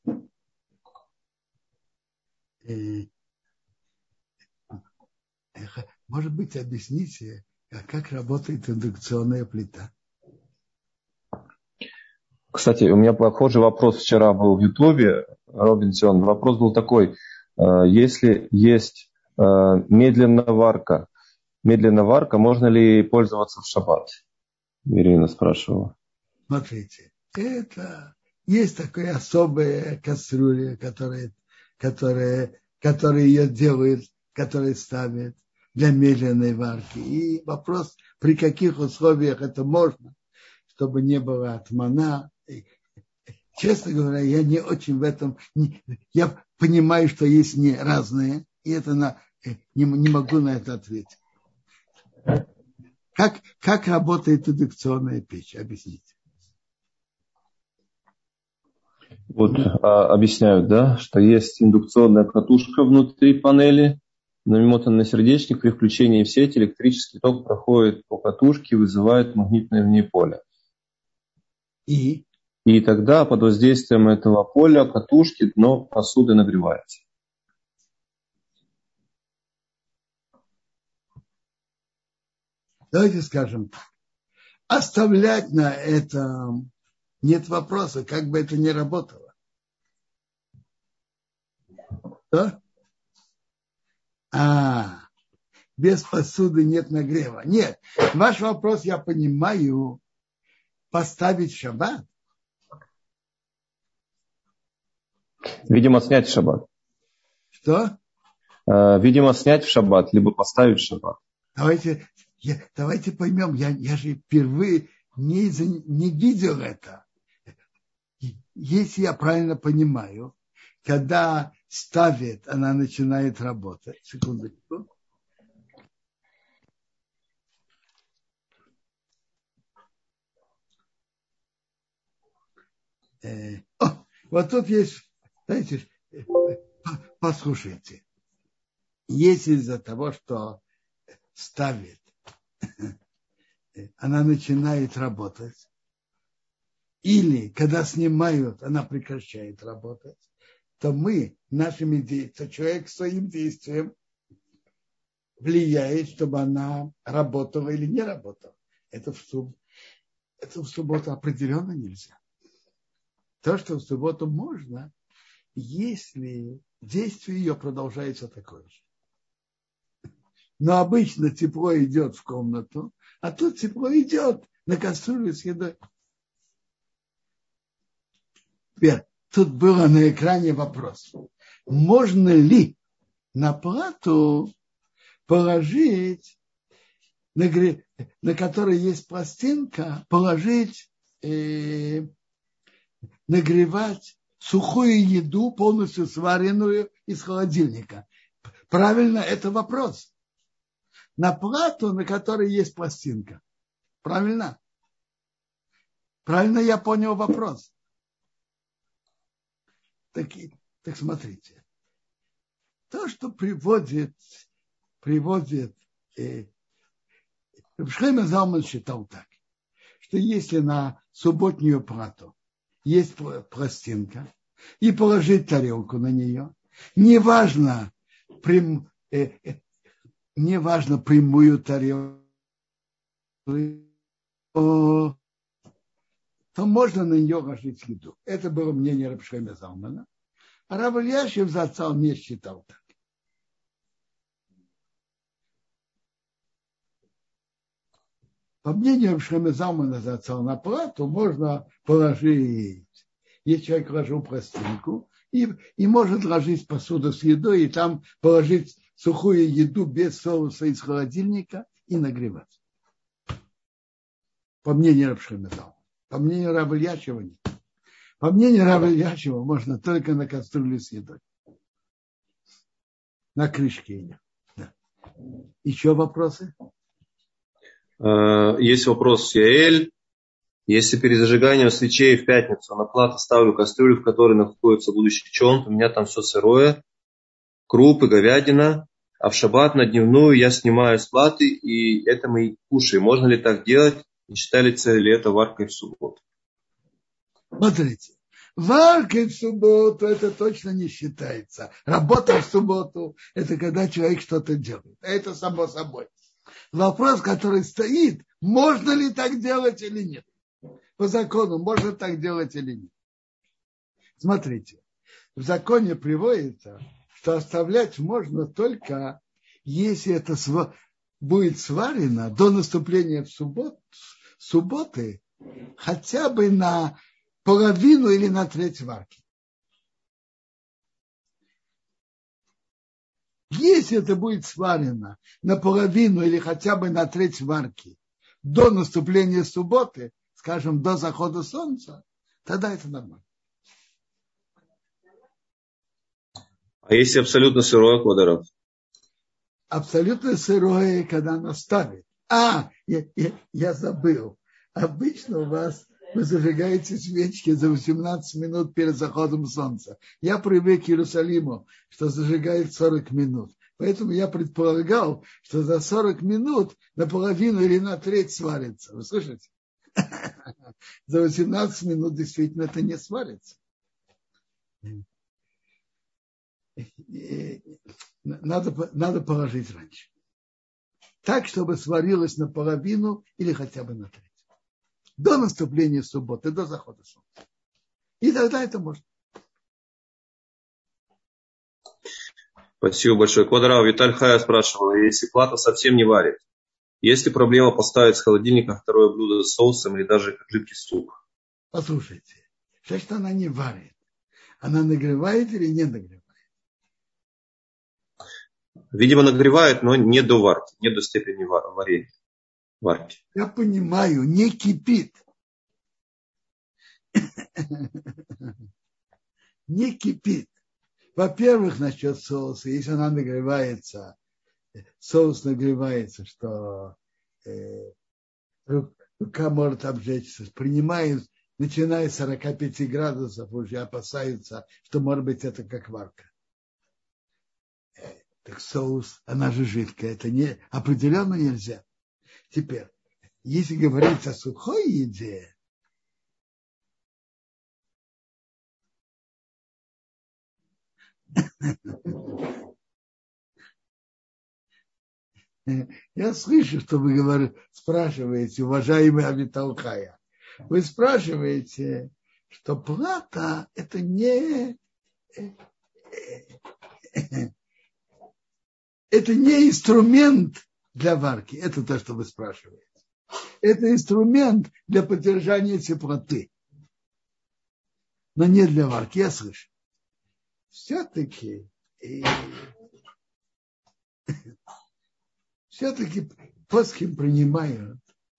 объясните, как работает индукционная плита. Кстати, у меня похожий вопрос вчера был в Ютубе, Робинсон. Вопрос был такой, если есть медленная варка, можно ли пользоваться в шаббат? Ирина спрашивала. Смотрите, это есть такая особая кастрюля, которая ее делают, которая ставят для медленной варки. И вопрос, при каких условиях это можно, чтобы не было отмана. Честно говоря, я не очень в этом... Я понимаю, что есть разные, и это не могу на это ответить. Как работает индукционная печь? Объясните. Вот объясняют, да, что есть индукционная катушка внутри панели, намотан на сердечник, при включении в сеть электрический ток проходит по катушке, вызывает магнитное в ней поле. И тогда под воздействием этого поля катушки дно посуды нагревается. Давайте скажем так. Оставлять на этом нет вопроса, как бы это ни работало. Да? Без посуды нет нагрева. Нет, ваш вопрос я понимаю. Поставить в шаббат? Видимо, снять в шаббат. Что? Видимо, снять в шаббат, либо поставить в шаббат. Давайте поймем, я же впервые не видел это. Если я правильно понимаю, когда ставит, она начинает работать. Секундочку. Вот тут есть, знаете, послушайте. Если из-за того, что ставит, она начинает работать, или когда снимают, она прекращает работать, то мы нашими действиями, человек своим действием влияет, чтобы она работала или не работала. Это в субботу определенно нельзя. То, что в субботу можно, если действие ее продолжается такое же. Но обычно тепло идет в комнату, а тут тепло идет на кастрюлю с едой. Теперь, тут было на экране вопрос. Можно ли на плату положить, на которой есть пластинка, положить, нагревать сухую еду, полностью сваренную из холодильника? Правильно, это вопрос. На плату, на которой есть пластинка. Правильно? Правильно я понял вопрос. Так смотрите. То, что приводит Шломо Залман считал так, что если на субботнюю плату есть пластинка, и положить тарелку на нее, неважно прямую тарелку, то можно на нее ложить еду. Это было мнение Рав Шломо Залмана. А Рав Ильяшев зацал не считал так. По мнению Рав Шломо Залмана зацал на плату можно положить, если человек ложил пластинку, и может ложить посуду с едой, и там положить сухую еду без соуса из холодильника и нагревать. По мнению Рав Шломо Залмана. По мнению Рава Ильяшева нет. По мнению Рава Ильяшева можно только на кастрюле с едой. На крышке ее. Да. Еще вопросы? Есть вопрос Яэль. Если перед зажиганием свечей в пятницу на плату ставлю кастрюлю, в которой находится будущий чон, у меня там все сырое, крупы, говядина, а в шаббат на дневную я снимаю с платы, и это мы кушаем. Можно ли так делать? И считается ли это варкой в субботу? Смотрите, варкой в субботу это точно не считается. Работа в субботу это когда человек что-то делает. Это само собой. Вопрос, который стоит, можно ли так делать или нет. По закону, можно так делать или нет. Смотрите, в законе приводится, что оставлять можно только, если это будет сварено до наступления субботы хотя бы на половину или на треть варки. Если это будет сварено на половину или хотя бы на треть варки до наступления субботы, скажем, до захода солнца, тогда это нормально. А если абсолютно сырое, Квадрат? Абсолютно сырое, когда оно ставит. Я забыл. Обычно вы зажигаете свечки за 18 минут перед заходом солнца. Я привык к Иерусалиму, что зажигает 40 минут. Поэтому я предполагал, что за 40 минут наполовину или на треть сварится. Вы слышите? За 18 минут действительно это не сварится. Надо положить раньше. Так, чтобы сварилось наполовину или хотя бы на треть. До наступления субботы, до захода солнца. И тогда это можно. Спасибо большое. Квадрат, Виталь Хая спрашивала, если плата совсем не варит, есть ли проблема поставить с холодильника второе блюдо с соусом или даже как жидкий суп? Послушайте, значит, она не варит. Она нагревает или не нагревает? Видимо, нагревает, но не до варки, не до степени варения. Варки. Я понимаю, не кипит. Не кипит. Во-первых, насчет соуса, если она нагревается, соус нагревается, что рука может обжечься, принимают, начиная с 45 градусов, уже опасаются, что может быть это как варка. Так соус, она же жидкая, это определенно нельзя. Теперь, если говорить о сухой еде, Я слышу, что вы спрашиваете, уважаемый Авиталхая. Вы спрашиваете, что плата – это не инструмент для варки. Это то, что вы спрашиваете. Это инструмент для поддержания теплоты. Но не для варки, я слышу. Все-таки плоским принимают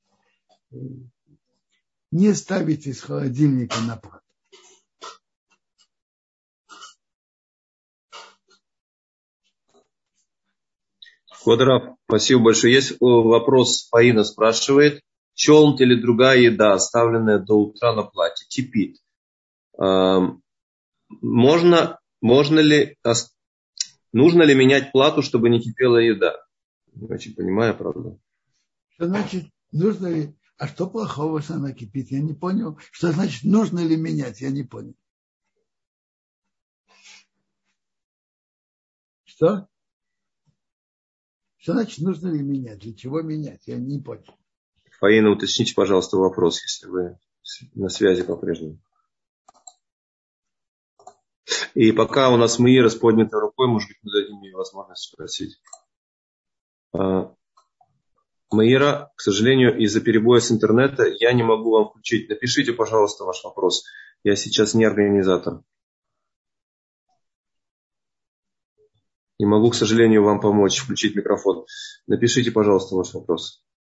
не ставить из холодильника на плату. Квадрат, спасибо большое. Есть вопрос, Фаина спрашивает. Челнт или другая еда, оставленная до утра на плате, кипит. Нужно ли менять плату, чтобы не кипела еда? Не очень понимаю, правда. Что значит, нужно ли... А что плохого, что она кипит? Я не понял. Что значит, нужно ли менять? Я не понял. Что? Что значит, нужно ли менять? Для чего менять? Я не понял. Фаина, уточните, пожалуйста, вопрос, если вы на связи по-прежнему. И пока у нас Маира с поднятой рукой, может быть, мы дадим ей возможность спросить. Маира, к сожалению, из-за перебоя с интернета я не могу вам включить. Напишите, пожалуйста, ваш вопрос. Я сейчас не организатор. Не могу, к сожалению, вам помочь включить микрофон. Напишите, пожалуйста, ваш вопрос.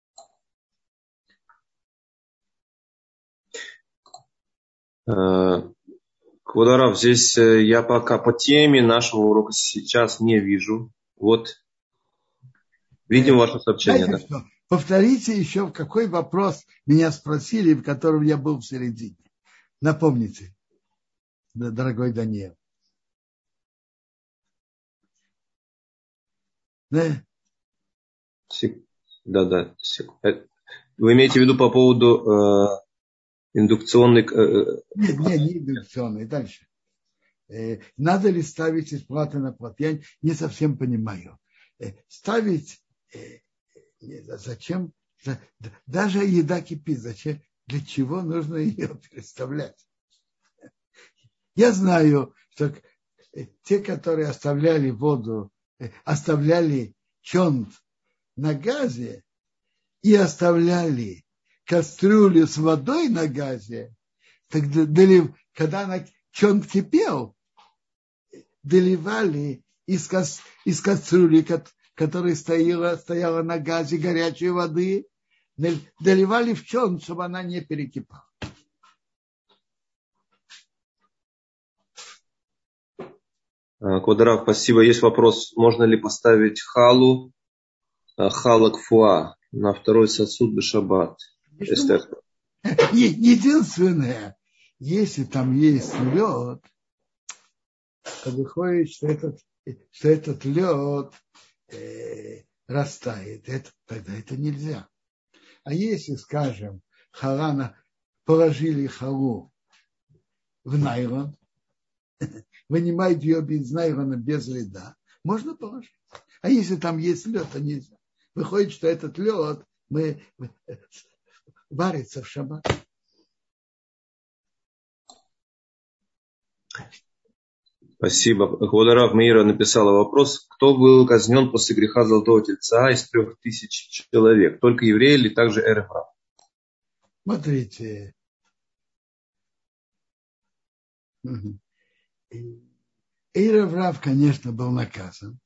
Квадарав, здесь я пока по теме нашего урока сейчас не вижу. Вот. Видим ваше сообщение. Знаете, да? Что? Повторите еще, какой вопрос меня спросили, в котором я был в середине. Напомните, дорогой Даниил. Да? Да. Вы имеете в виду по поводу индукционной... Нет, не индукционной. Дальше. Надо ли ставить из платы на плату? Я не совсем понимаю. Ставить... Зачем? Даже еда кипит. Зачем? Для чего нужно ее переставлять? Я знаю, что те, которые оставляли воду, оставляли чонт на газе и оставляли кастрюлю с водой на газе, так когда чонт кипел, доливали из кастрюли, которая стояла на газе, горячей воды, доливали в чонт, чтобы она не перекипала. Квадрат, спасибо. Есть вопрос, можно ли поставить халу, халакфуа на второй сосуд бешаббат? Единственное, если там есть лед, то выходит, что этот лед растает. Тогда это нельзя. А если, скажем, положили халу в найлон, вынимают ее без найлона, без льда, можно положить. А если там есть лед, то нельзя. Выходит, что этот лед варится в шаббат. Спасибо. Квадрат Маира написала вопрос. Кто был казнен после греха Золотого Тельца из 3000 человек? Только евреи или также эрев рав? Смотрите. Эрев рав, конечно, был наказан.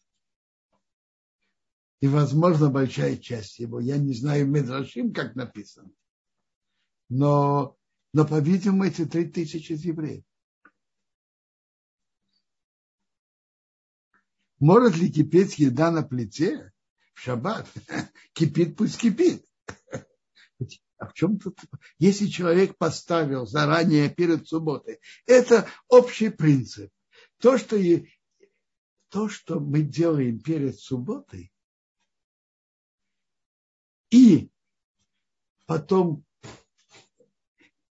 И, возможно, большая часть его. Я не знаю Медрашим, как написано. Но по-видимому, эти 3000 евреев. Может ли кипеть еда на плите в шаббат? Кипит, пусть кипит. А в чем тут? Если человек поставил заранее перед субботой, это общий принцип. То, что мы делаем перед субботой, и потом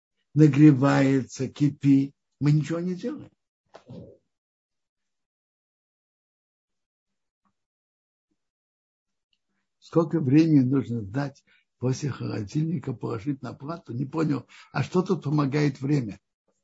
нагревается, кипит, мы ничего не делаем. Сколько времени нужно ждать после холодильника, положить на плату? Не понял. А что тут помогает время?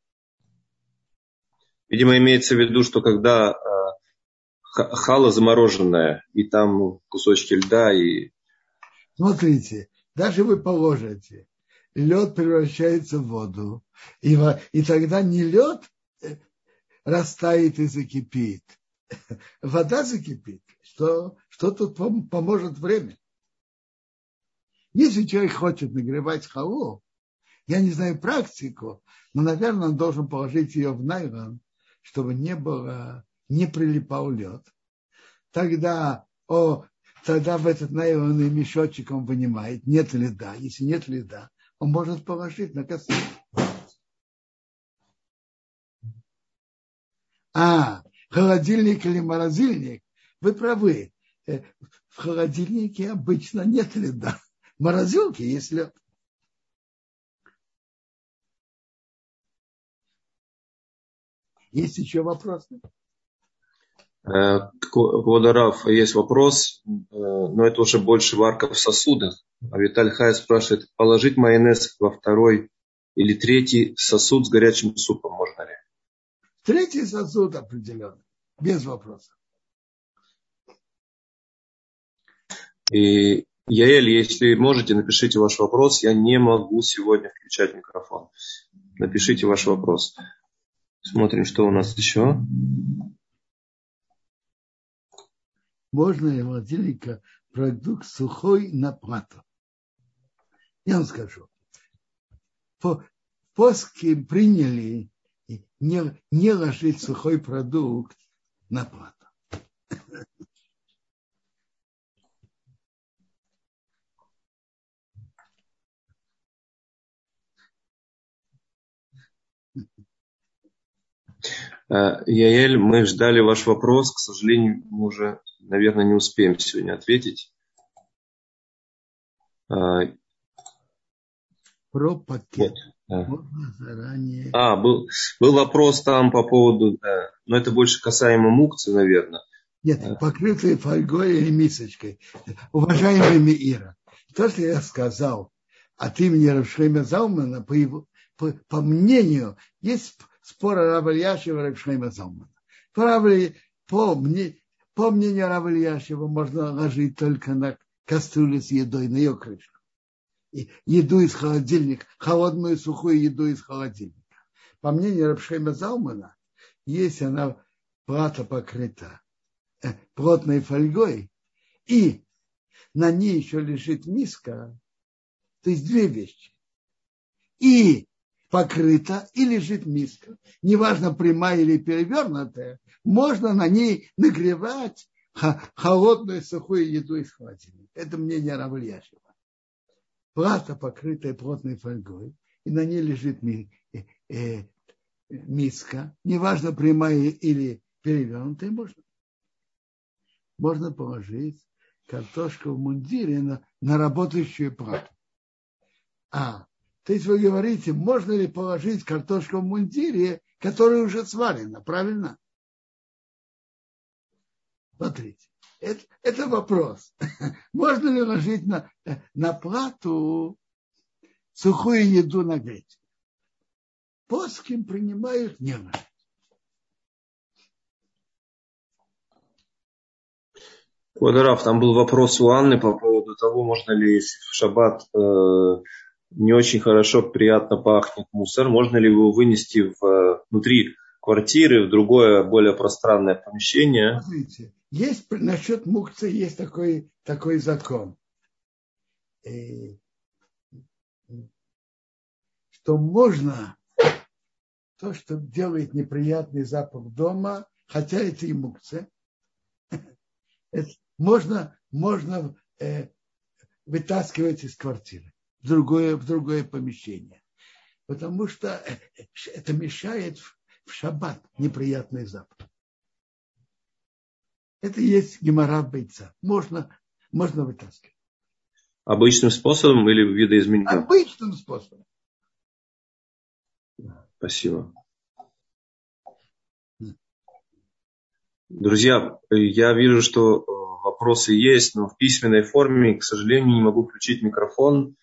Видимо, имеется в виду, что когда хала замороженная, и там кусочки льда, и... Смотрите, даже вы положите, лед превращается в воду, и тогда не лед растает и закипит, вода закипит. Что тут поможет время? Если человек хочет нагревать халу, я не знаю практику, но, наверное, он должен положить ее в найлон, чтобы не прилипал лед. Тогда в этот найлонный мешочек он вынимает, нет льда. Если нет льда, он может положить на кастрюлю. Холодильник или морозильник? Вы правы. В холодильнике обычно нет льда. В морозилке есть лед. Есть еще вопросы? Кводарав, есть вопрос, но это уже больше варка в сосудах. А Виталь Хай спрашивает, положить майонез во второй или третий сосуд с горячим супом можно ли? Третий сосуд определенно, без вопросов. И Яэль, если можете, напишите ваш вопрос. Я не могу сегодня включать микрофон. Напишите ваш вопрос. Смотрим, что у нас еще. Можно ли холодильника продукт сухой на плату? Я вам скажу. Поски приняли не ложить сухой продукт на плату. Яэль, мы ждали ваш вопрос. К сожалению, мы уже, наверное, не успеем сегодня ответить. Про пакет. Вот. Можно заранее. Был вопрос там по поводу, но это больше касаемо мукцы, наверное. Нет, покрытые фольгой или мисочкой. Уважаемый Меира, то, что я сказал от имени Рав Шлейма Залмана, по мнению, есть спор Рава Ильяшева и Рав Шлейма Залмана. По мнению Рава Ильяшева можно ложить только на кастрюлю с едой, на ее крышку. И еду из холодильника, холодную сухую еду из холодильника. По мнению Рав Шлейма Залмана, если она плата покрыта плотной фольгой, и на ней еще лежит миска, то есть две вещи. И покрыта, и лежит миска. Неважно, прямая или перевернутая, можно на ней нагревать холодную сухую еду из холодильника. Это мнение Рава Ильяшева. Плата, покрытая плотной фольгой, и на ней лежит миска. Неважно, прямая или перевернутая, можно положить картошку в мундире на работающую плату. То есть вы говорите, можно ли положить картошку в мундире, которая уже сварена, правильно? Смотрите, это вопрос. Можно ли ложить на плату сухую еду нагреть? Поским принимают не ложить. Квадарав, там был вопрос у Анны по поводу того, можно ли, если в шаббат не очень хорошо, приятно пахнет мусор, можно ли его вынести внутри квартиры в другое, более пространное помещение? Смотрите, насчет мукцы есть такой закон, что можно то, что делает неприятный запах дома, хотя это и мукция, можно вытаскивать из квартиры в другое помещение. Потому что это мешает в шаббат неприятный запах. Это есть гемора бойца. Можно вытаскивать. Обычным способом или видоизмененным? Обычным способом. Спасибо. Друзья, я вижу, что вопросы есть, но в письменной форме, к сожалению, не могу включить микрофон.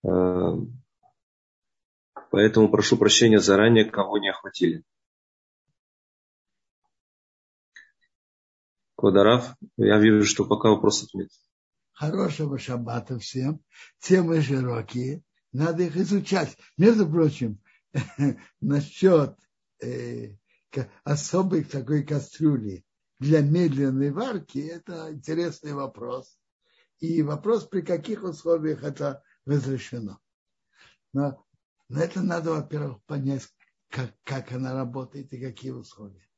Поэтому прошу прощения заранее, кого не охватили. Квадарав, я вижу, что пока вопросов нет. Хорошего шаббата всем. Темы широкие. Надо их изучать. Между прочим, насчет особой такой кастрюли для медленной варки, это интересный вопрос. И вопрос, при каких условиях это разрешено. Но это надо, во-первых, понять, как она работает и какие условия.